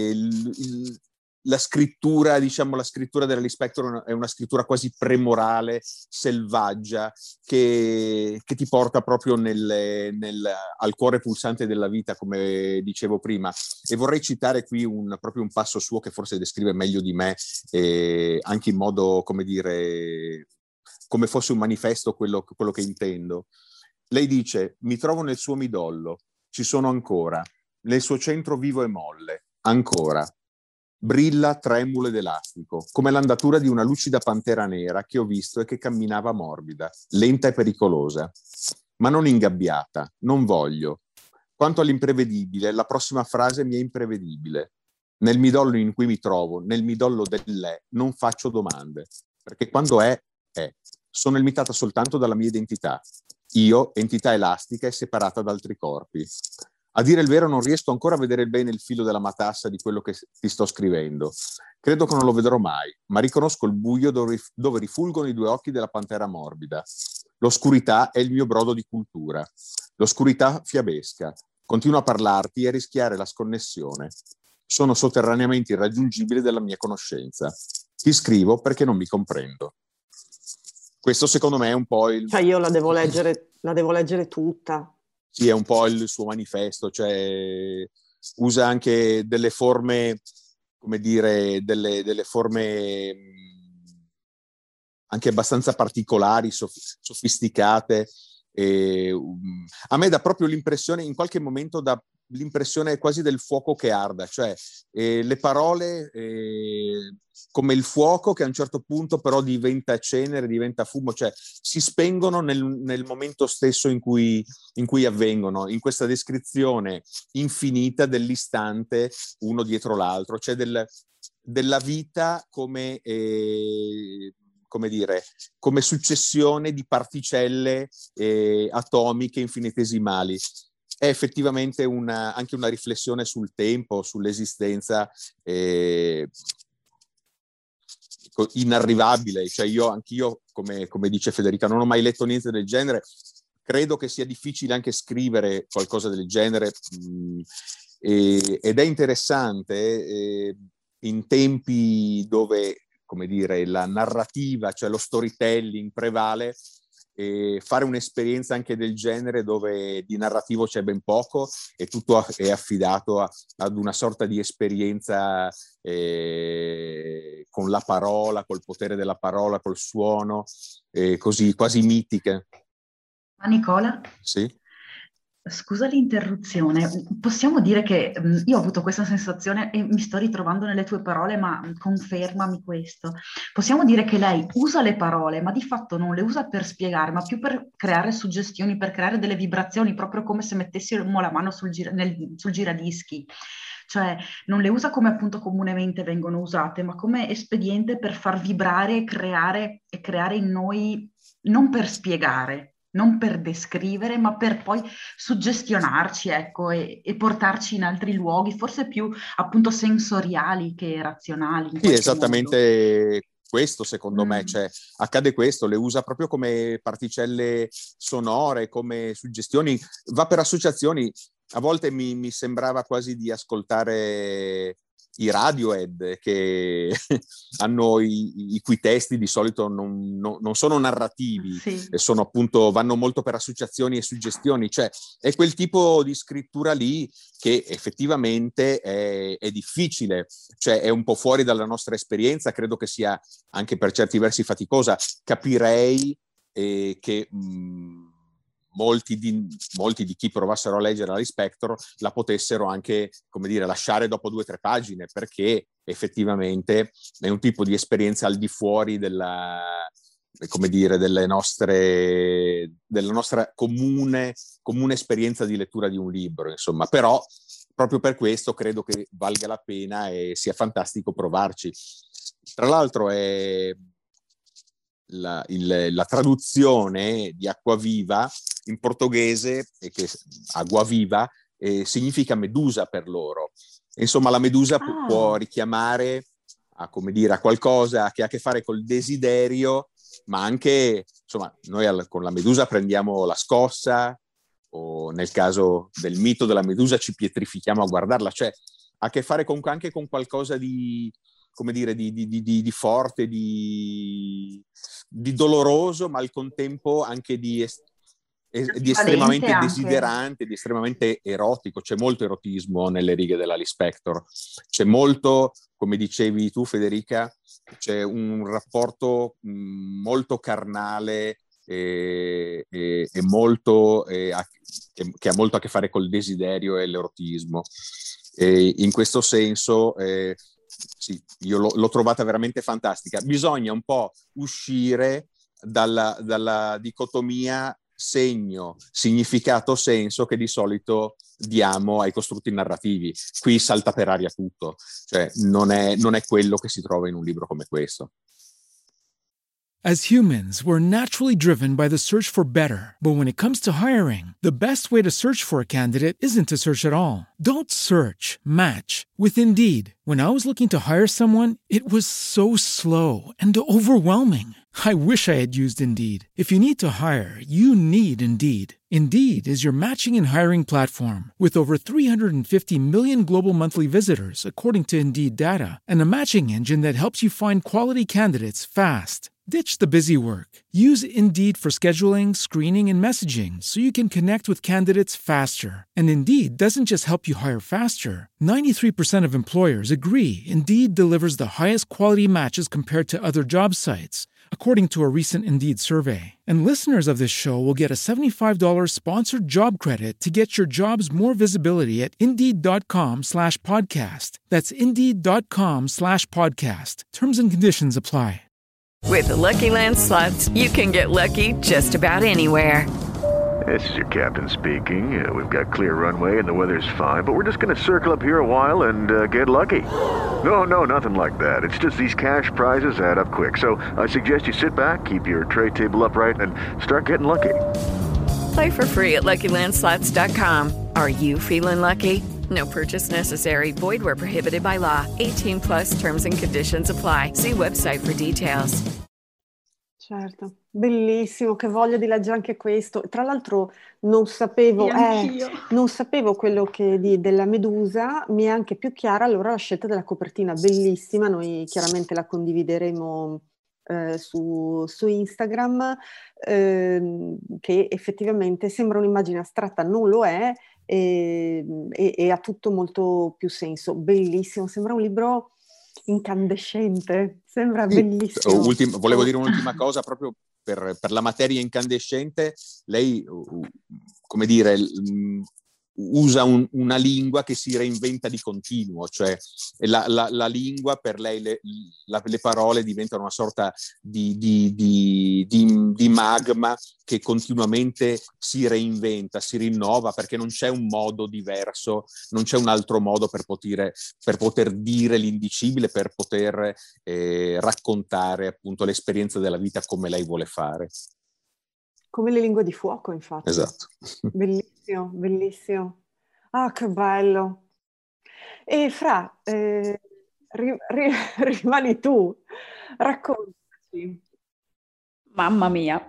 La scrittura, diciamo, la scrittura della Lispector è una scrittura quasi premorale, selvaggia, che ti porta proprio al cuore pulsante della vita, come dicevo prima. E vorrei citare qui proprio un passo suo che forse descrive meglio di me, anche in modo, come dire, come fosse un manifesto quello che intendo. Lei dice: mi trovo nel suo midollo, ci sono ancora, nel suo centro vivo e molle, ancora. Brilla tremulo ed elastico, come l'andatura di una lucida pantera nera che ho visto e che camminava morbida, lenta e pericolosa, ma non ingabbiata, non voglio. Quanto all'imprevedibile, la prossima frase mi è imprevedibile. Nel midollo in cui mi trovo, nel midollo dell'è, non faccio domande, perché quando è. Sono limitata soltanto dalla mia identità. Io, entità elastica e separata da altri corpi. A dire il vero non riesco ancora a vedere bene il filo della matassa di quello che ti sto scrivendo. Credo che non lo vedrò mai, ma riconosco il buio dove rifulgono i 2 occhi della pantera morbida. L'oscurità è il mio brodo di cultura. L'oscurità fiabesca. Continuo a parlarti e a rischiare la sconnessione. Sono sotterraneamente irraggiungibile della mia conoscenza. Ti scrivo perché non mi comprendo. Questo secondo me è un po' il... Cioè io la devo leggere tutta. Sì, è un po' il suo manifesto, cioè usa anche delle forme, come dire, delle forme anche abbastanza particolari, sofisticate. A me dà proprio l'impressione, in qualche momento dà l'impressione quasi del fuoco che arda, cioè le parole come il fuoco che a un certo punto però diventa cenere, diventa fumo, cioè si spengono nel momento stesso in cui avvengono, in questa descrizione infinita dell'istante uno dietro l'altro, cioè della vita come dire, come successione di particelle atomiche infinitesimali. È effettivamente anche una riflessione sul tempo, sull'esistenza inarrivabile. Cioè anch'io, come dice Federica, non ho mai letto niente del genere. Credo che sia difficile anche scrivere qualcosa del genere, ed è interessante in tempi dove, come dire, la narrativa, cioè lo storytelling prevale, fare un'esperienza anche del genere dove di narrativo c'è ben poco e tutto è affidato ad una sorta di esperienza con la parola, col potere della parola, col suono, così quasi mitiche. Ma Nicola? Sì? Scusa l'interruzione, possiamo dire che io ho avuto questa sensazione e mi sto ritrovando nelle tue parole, ma confermami questo. Possiamo dire che lei usa le parole, ma di fatto non le usa per spiegare, ma più per creare suggestioni, per creare delle vibrazioni, proprio come se mettessimo la mano sul giradischi. Cioè non le usa come appunto comunemente vengono usate, ma come espediente per far vibrare e creare in noi, non per spiegare, non per descrivere, ma per poi suggestionarci, ecco, e portarci in altri luoghi, forse più appunto sensoriali che razionali. Sì, esattamente modo. Questo secondo me, cioè accade questo, le usa proprio come particelle sonore, come suggestioni, va per associazioni. A volte mi sembrava quasi di ascoltare i Radiohead, che hanno i cui testi di solito non sono narrativi, Sì. e sono appunto, vanno molto per associazioni e suggestioni, cioè è quel tipo di scrittura lì che effettivamente è difficile, cioè è un po' fuori dalla nostra esperienza, credo che sia anche per certi versi faticosa. Capirei che molti di chi provassero a leggere la Lispector la potessero anche, come dire, lasciare dopo 2 o 3 pagine, perché effettivamente è un tipo di esperienza al di fuori della nostra comune esperienza di lettura di un libro, insomma. Però proprio per questo credo che valga la pena e sia fantastico provarci. Tra l'altro la traduzione di Acquaviva in portoghese, che Agua Viva, significa medusa per loro. Insomma, la medusa può richiamare a, come dire, a qualcosa che ha a che fare col desiderio, ma anche, insomma, noi con la medusa prendiamo la scossa, o nel caso del mito della medusa ci pietrifichiamo a guardarla, cioè ha a che fare anche con qualcosa di, come dire, di forte, di doloroso, ma al contempo anche di estremamente anche. desiderante, di estremamente erotico. C'è molto erotismo nelle righe della Lispector, c'è molto, come dicevi tu Federica, c'è un rapporto molto carnale e molto che ha molto a che fare col desiderio e l'erotismo, e in questo senso sì, io l'ho trovata veramente fantastica. Bisogna un po' uscire dalla dicotomia segno, significato, senso che di solito diamo ai costrutti narrativi. Qui salta per aria tutto, cioè non è quello che si trova in un libro come questo. As humans, we're naturally driven by the search for better. But when it comes to hiring, the best way to search for a candidate isn't to search at all. Don't search, match with Indeed. When I was looking to hire someone, it was so slow and overwhelming. I wish I had used Indeed. If you need to hire, you need Indeed. Indeed is your matching and hiring platform with over 350 million global monthly visitors, according to Indeed data, and a matching engine that helps you find quality candidates fast. Ditch the busy work. Use Indeed for scheduling, screening, and messaging so you can connect with candidates faster. And Indeed doesn't just help you hire faster. 93% of employers agree Indeed delivers the highest quality matches compared to other job sites, according to a recent Indeed survey. And listeners of this show will get a $75 sponsored job credit to get your jobs more visibility at Indeed.com/podcast. That's Indeed.com/podcast. Terms and conditions apply. With the Lucky Land Slots, you can get lucky just about anywhere. This is your captain speaking. We've got clear runway and the weather's fine, but we're just going to circle up here a while and get lucky. No, nothing like that. It's just these cash prizes add up quick. So I suggest you sit back, keep your tray table upright, and start getting lucky. Play for free at LuckyLandSlots.com. Are you feeling lucky? No purchase necessary. Void where prohibited by law. 18+ terms and conditions apply. See website for details. Certo, bellissimo, che voglia di leggere anche questo. Tra l'altro non sapevo quello della Medusa, mi è anche più chiara allora la scelta della copertina, bellissima, noi chiaramente la condivideremo su Instagram, che effettivamente sembra un'immagine astratta, non lo è, e ha tutto molto più senso, bellissimo, sembra un libro incandescente, sembra bellissimo. Volevo dire un'ultima cosa proprio per la materia incandescente. Lei, come dire, usa una lingua che si reinventa di continuo, cioè la lingua per lei, le parole diventano una sorta di magma che continuamente si reinventa, si rinnova, perché non c'è un modo diverso, non c'è un altro modo per poter dire l'indicibile, per poter raccontare appunto l'esperienza della vita come lei vuole fare. Come le lingue di fuoco, infatti. Esatto. Bellissimo, bellissimo. Ah, che bello. E Fra, rimani tu, raccontaci. Mamma mia.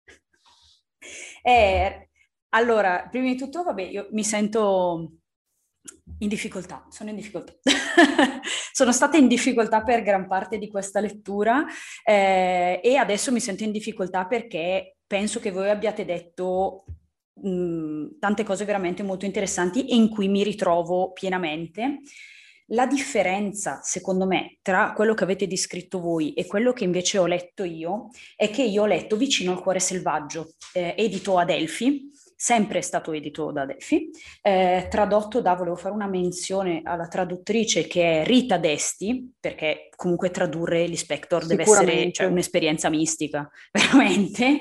Allora, prima di tutto, vabbè, io mi sento In difficoltà, sono in difficoltà. Sono stata in difficoltà per gran parte di questa lettura e adesso mi sento in difficoltà perché penso che voi abbiate detto tante cose veramente molto interessanti e in cui mi ritrovo pienamente. La differenza, secondo me, tra quello che avete descritto voi e quello che invece ho letto io è che io ho letto Vicino al cuore selvaggio, edito Adelphi, sempre stato edito da Adelphi, tradotto volevo fare una menzione alla traduttrice che è Rita Desti, perché comunque tradurre l'Inspector deve essere, cioè, un'esperienza mistica, veramente.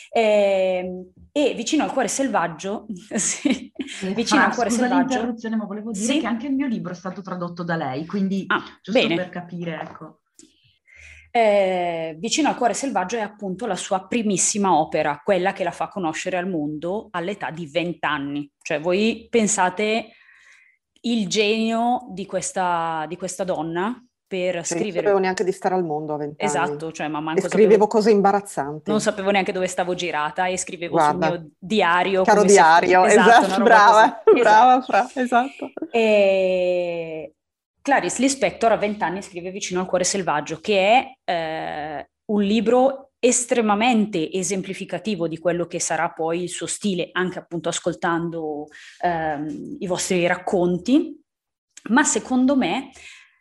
E Vicino al cuore selvaggio, sì, Vicino al cuore selvaggio. L'interruzione, ma volevo dire che anche il mio libro è stato tradotto da lei, quindi giusto bene. Per capire, ecco. Vicino al cuore selvaggio è appunto la sua primissima opera, quella che la fa conoscere al mondo all'età di 20 anni. Cioè voi pensate il genio di questa donna per scrivere. Non sapevo neanche di stare al mondo a 20 anni. Esatto, cioè, ma manco scrivevo cose imbarazzanti. Non sapevo neanche dove stavo girata e scrivevo sul mio diario. Caro diario, esatto, brava, esatto. E Clarice Lispector a 20 anni scrive Vicino al cuore selvaggio, che è un libro estremamente esemplificativo di quello che sarà poi il suo stile, anche appunto ascoltando i vostri racconti, ma secondo me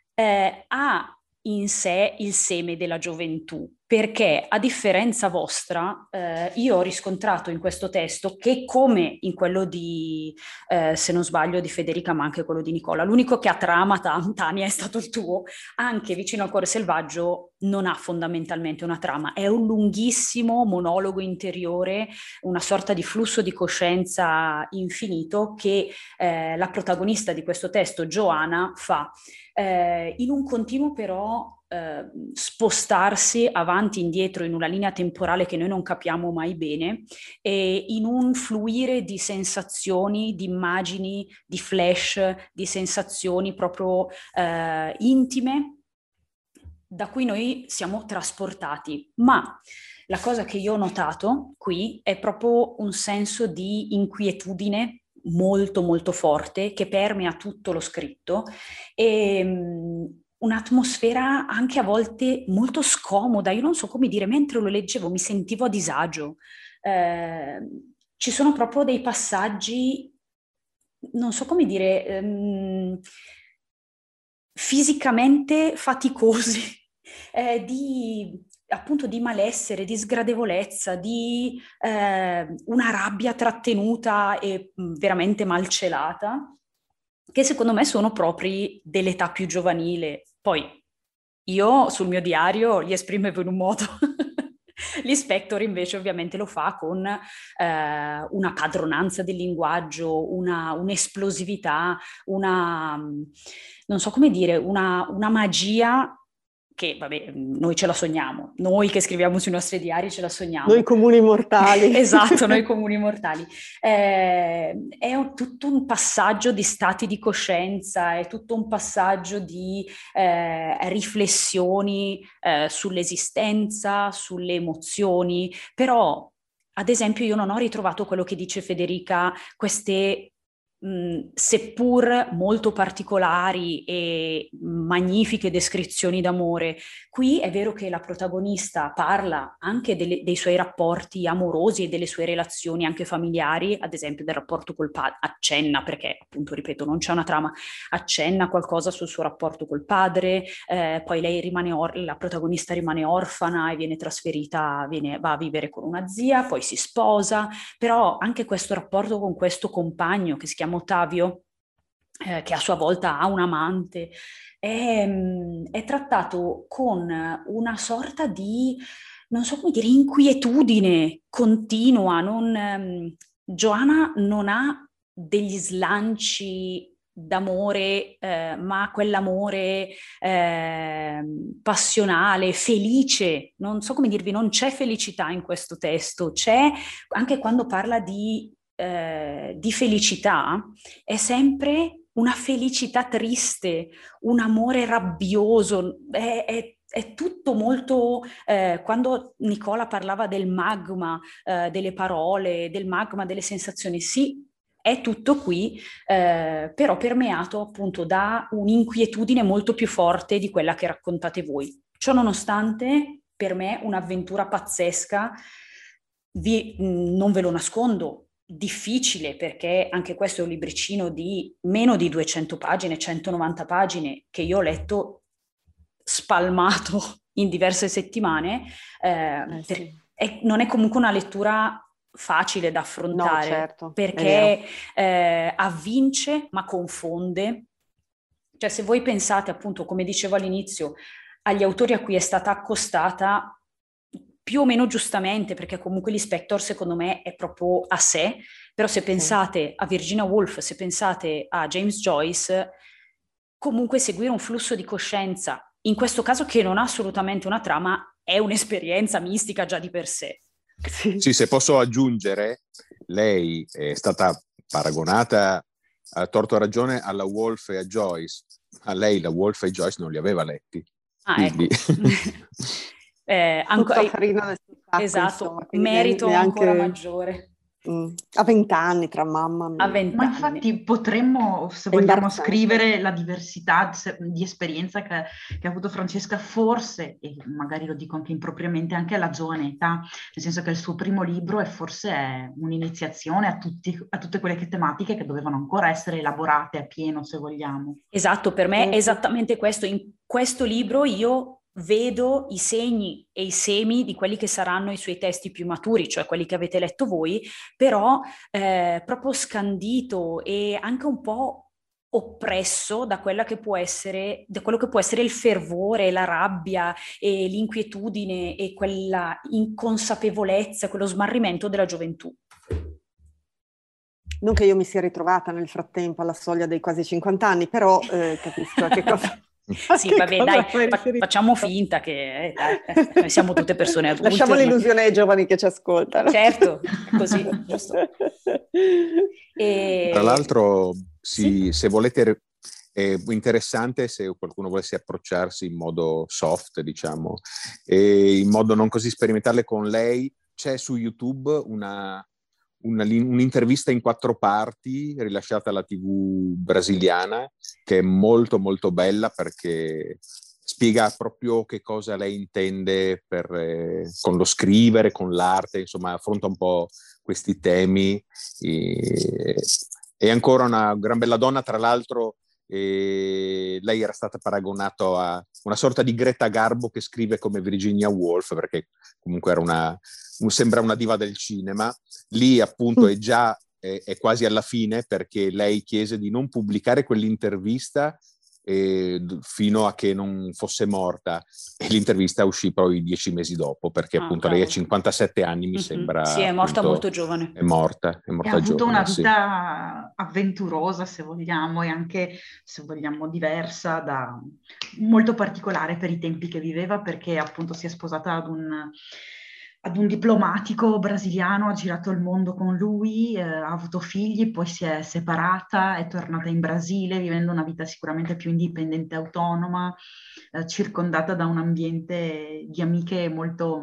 ha in sé il seme della gioventù, perché a differenza vostra io ho riscontrato in questo testo che, come in quello di, se non sbaglio, di Federica, ma anche quello di Nicola, l'unico che ha trama, Tania, è stato il tuo, anche Vicino al cuore selvaggio non ha fondamentalmente una trama, è un lunghissimo monologo interiore, una sorta di flusso di coscienza infinito che la protagonista di questo testo, Joanna, fa in un continuo però spostarsi avanti e indietro in una linea temporale che noi non capiamo mai bene, e in un fluire di sensazioni, di immagini, di flash, di sensazioni proprio intime, da cui noi siamo trasportati. Ma la cosa che io ho notato qui è proprio un senso di inquietudine molto molto forte che permea tutto lo scritto e un'atmosfera anche a volte molto scomoda. Io non so come dire, mentre lo leggevo mi sentivo a disagio. Ci sono proprio dei passaggi, non so come dire, fisicamente faticosi, appunto di malessere, di sgradevolezza, di una rabbia trattenuta e veramente malcelata, che secondo me sono propri dell'età più giovanile. Poi io sul mio diario li esprimevo in un modo, l'Inspector invece ovviamente lo fa con una padronanza del linguaggio, un'esplosività, non so come dire, una magia che, vabbè, noi ce la sogniamo, noi che scriviamo sui nostri diari ce la sogniamo. Noi comuni mortali. Esatto, noi comuni mortali. È tutto un passaggio di stati di coscienza, è tutto un passaggio di riflessioni sull'esistenza, sulle emozioni, però, ad esempio, io non ho ritrovato quello che dice Federica, queste seppur molto particolari e magnifiche descrizioni d'amore. Qui è vero che la protagonista parla anche dei suoi rapporti amorosi e delle sue relazioni anche familiari, ad esempio del rapporto col padre, accenna, perché appunto, ripeto, non c'è una trama, accenna qualcosa sul suo rapporto col padre, poi lei rimane la protagonista rimane orfana e viene trasferita, va a vivere con una zia, poi si sposa, però anche questo rapporto con questo compagno che si chiama Ottavio, che a sua volta ha un amante, è trattato con una sorta di, non so come dire, inquietudine continua. Joanna non ha degli slanci d'amore, ma quell'amore passionale, felice. Non so come dirvi, non c'è felicità in questo testo. C'è, anche quando parla di felicità, è sempre una felicità triste, un amore rabbioso, è tutto molto, quando Nicola parlava del magma delle parole, del magma delle sensazioni, sì, è tutto qui, però permeato appunto da un'inquietudine molto più forte di quella che raccontate voi. Ciò nonostante, per me un'avventura pazzesca, non ve lo nascondo, difficile, perché anche questo è un libricino di meno di 200 pagine, 190 pagine, che io ho letto spalmato in diverse settimane, sì. non è comunque una lettura facile da affrontare, no, certo, perché avvince ma confonde. Cioè, se voi pensate appunto, come dicevo all'inizio, agli autori a cui è stata accostata più o meno giustamente, perché comunque l'Inspector secondo me è proprio a sé, però se pensate a Virginia Woolf, se pensate a James Joyce, comunque seguire un flusso di coscienza, in questo caso che non ha assolutamente una trama, è un'esperienza mistica già di per sé. Sì, se posso aggiungere, lei è stata paragonata a torto a ragione alla Woolf e a Joyce. A lei la Woolf e Joyce non li aveva letti. Quindi... ecco. farina del suo sacco, esatto, insomma, merito neanche... ancora maggiore. A 20 anni, tra mamma mia. Ma infatti potremmo, se vogliamo, scrivere la diversità di esperienza che ha avuto Francesca, forse, e magari lo dico anche impropriamente, anche alla giovane età, nel senso che il suo primo libro forse è un'iniziazione a tutte quelle tematiche che dovevano ancora essere elaborate a pieno, se vogliamo. Esatto, per me è esattamente questo. In questo libro io vedo i segni e i semi di quelli che saranno i suoi testi più maturi, cioè quelli che avete letto voi, però proprio scandito e anche un po' oppresso da quella che può essere, da quello che può essere il fervore, la rabbia e l'inquietudine e quella inconsapevolezza, quello smarrimento della gioventù. Non che io mi sia ritrovata nel frattempo alla soglia dei quasi 50 anni, però capisco a che cosa... Sì, vabbè, dai, facciamo finta che noi siamo tutte persone adulte. Lasciamo l'illusione ai giovani che ci ascoltano. Certo, così, giusto. Tra l'altro, se volete, è interessante se qualcuno volesse approcciarsi in modo soft, diciamo, e in modo non così sperimentale con lei, c'è su YouTube un'intervista in 4 parti rilasciata alla TV brasiliana, che è molto molto bella perché spiega proprio che cosa lei intende con lo scrivere, con l'arte, insomma affronta un po' questi temi. È ancora una gran bella donna, tra l'altro. Lei era stata paragonata a una sorta di Greta Garbo che scrive come Virginia Woolf, perché comunque sembra una diva del cinema. Lì appunto è quasi alla fine, perché lei chiese di non pubblicare quell'intervista fino a che non fosse morta, e l'intervista uscì poi 10 mesi dopo, perché appunto lei ha 57 anni, mi sembra. Sì, è morta molto giovane. È morta ha avuto giovane, una vita avventurosa, se vogliamo, e anche, se vogliamo, diversa, molto particolare per i tempi che viveva, perché appunto si è sposata ad un diplomatico brasiliano, ha girato il mondo con lui, ha avuto figli, poi si è separata, è tornata in Brasile vivendo una vita sicuramente più indipendente e autonoma, circondata da un ambiente di amiche molto,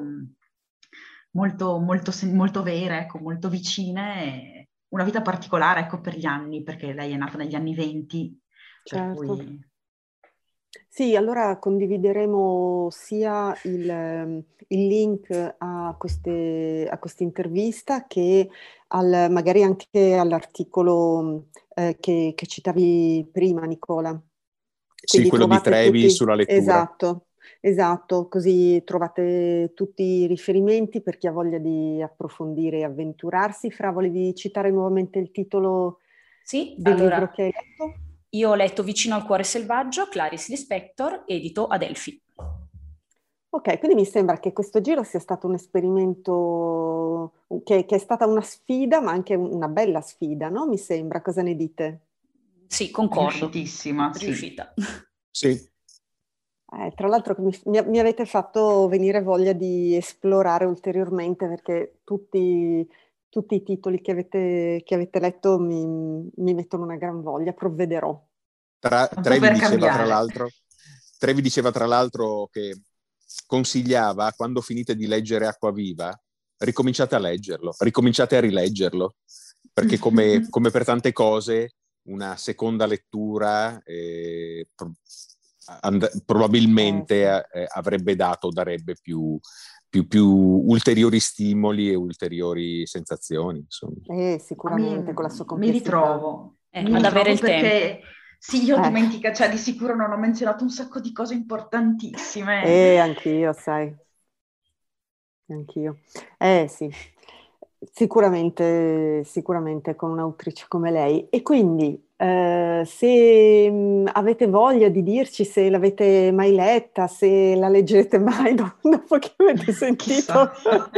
molto, molto, molto vere, ecco, molto vicine, e una vita particolare, ecco, per gli anni, perché lei è nata negli anni 20, certo. Per cui... Sì, allora condivideremo sia il link a questa intervista che magari anche all'articolo che citavi prima, Nicola. Quindi sì, quello di Trevi sulla lettura. Esatto, così trovate tutti i riferimenti per chi ha voglia di approfondire e avventurarsi. Fra, volevi citare nuovamente il titolo del libro che hai letto? Io ho letto Vicino al cuore selvaggio, Clarice Lispector, edito Adelphi. Ok, quindi mi sembra che questo giro sia stato un esperimento che è stata una sfida, ma anche una bella sfida, no? Mi sembra, cosa ne dite? Sì, concordo. Riuscitissima, riuscita. Sì. Tra l'altro mi avete fatto venire voglia di esplorare ulteriormente, perché tutti i titoli che avete letto mi mettono una gran voglia, provvederò. Trevi diceva tra l'altro che consigliava, quando finite di leggere Acquaviva, ricominciate a leggerlo, ricominciate a rileggerlo, perché come per tante cose una seconda lettura probabilmente avrebbe dato, darebbe più ulteriori stimoli e ulteriori sensazioni, insomma. Sicuramente con la sua complessità. Mi ritrovo ad avere il perché sì, io ho dimenticato, cioè di sicuro non ho menzionato un sacco di cose importantissime. Anch'io, sai. Anch'io. Sì, sicuramente con un'autrice come lei. E quindi se avete voglia di dirci se l'avete mai letta, se la leggerete mai dopo che avete sentito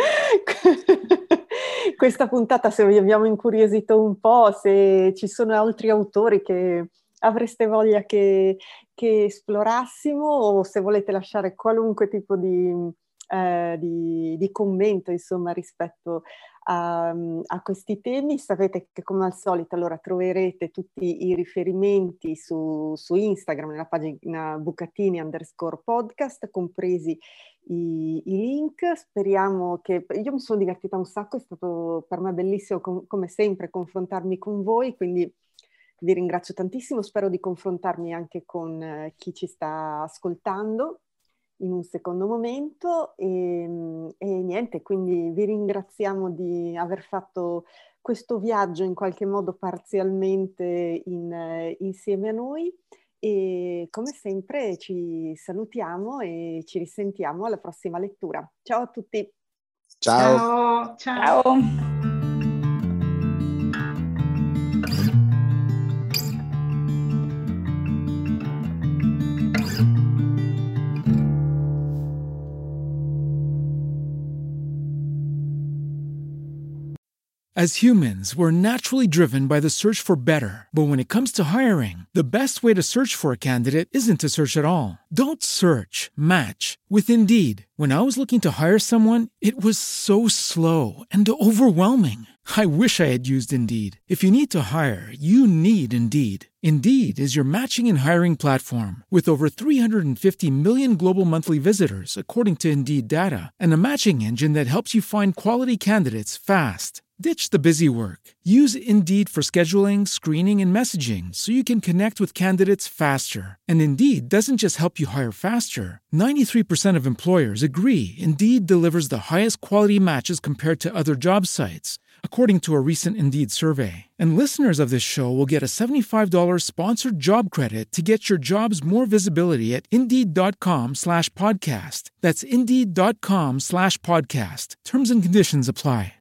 questa puntata, se vi abbiamo incuriosito un po', se ci sono altri autori che avreste voglia che esplorassimo, o se volete lasciare qualunque tipo di commento, insomma, rispetto a questi temi, sapete che come al solito allora troverete tutti i riferimenti su Instagram, nella pagina Bucatini_podcast, compresi i link. Speriamo che... Io mi sono divertita un sacco, è stato per me bellissimo come sempre confrontarmi con voi, quindi vi ringrazio tantissimo, spero di confrontarmi anche con chi ci sta ascoltando in un secondo momento e niente, quindi vi ringraziamo di aver fatto questo viaggio in qualche modo parzialmente insieme a noi, e come sempre ci salutiamo e ci risentiamo alla prossima lettura. Ciao a tutti! Ciao! Ciao! As humans, we're naturally driven by the search for better. But when it comes to hiring, the best way to search for a candidate isn't to search at all. Don't search, match with Indeed. When I was looking to hire someone, it was so slow and overwhelming. I wish I had used Indeed. If you need to hire, you need Indeed. Indeed is your matching and hiring platform with over 350 million global monthly visitors, according to Indeed data, and a matching engine that helps you find quality candidates fast. Ditch the busy work. Use Indeed for scheduling, screening, and messaging so you can connect with candidates faster. And Indeed doesn't just help you hire faster. 93% of employers agree Indeed delivers the highest quality matches compared to other job sites, according to a recent Indeed survey. And listeners of this show will get a $75 sponsored job credit to get your jobs more visibility at Indeed.com/podcast. That's Indeed.com/podcast. Terms and conditions apply.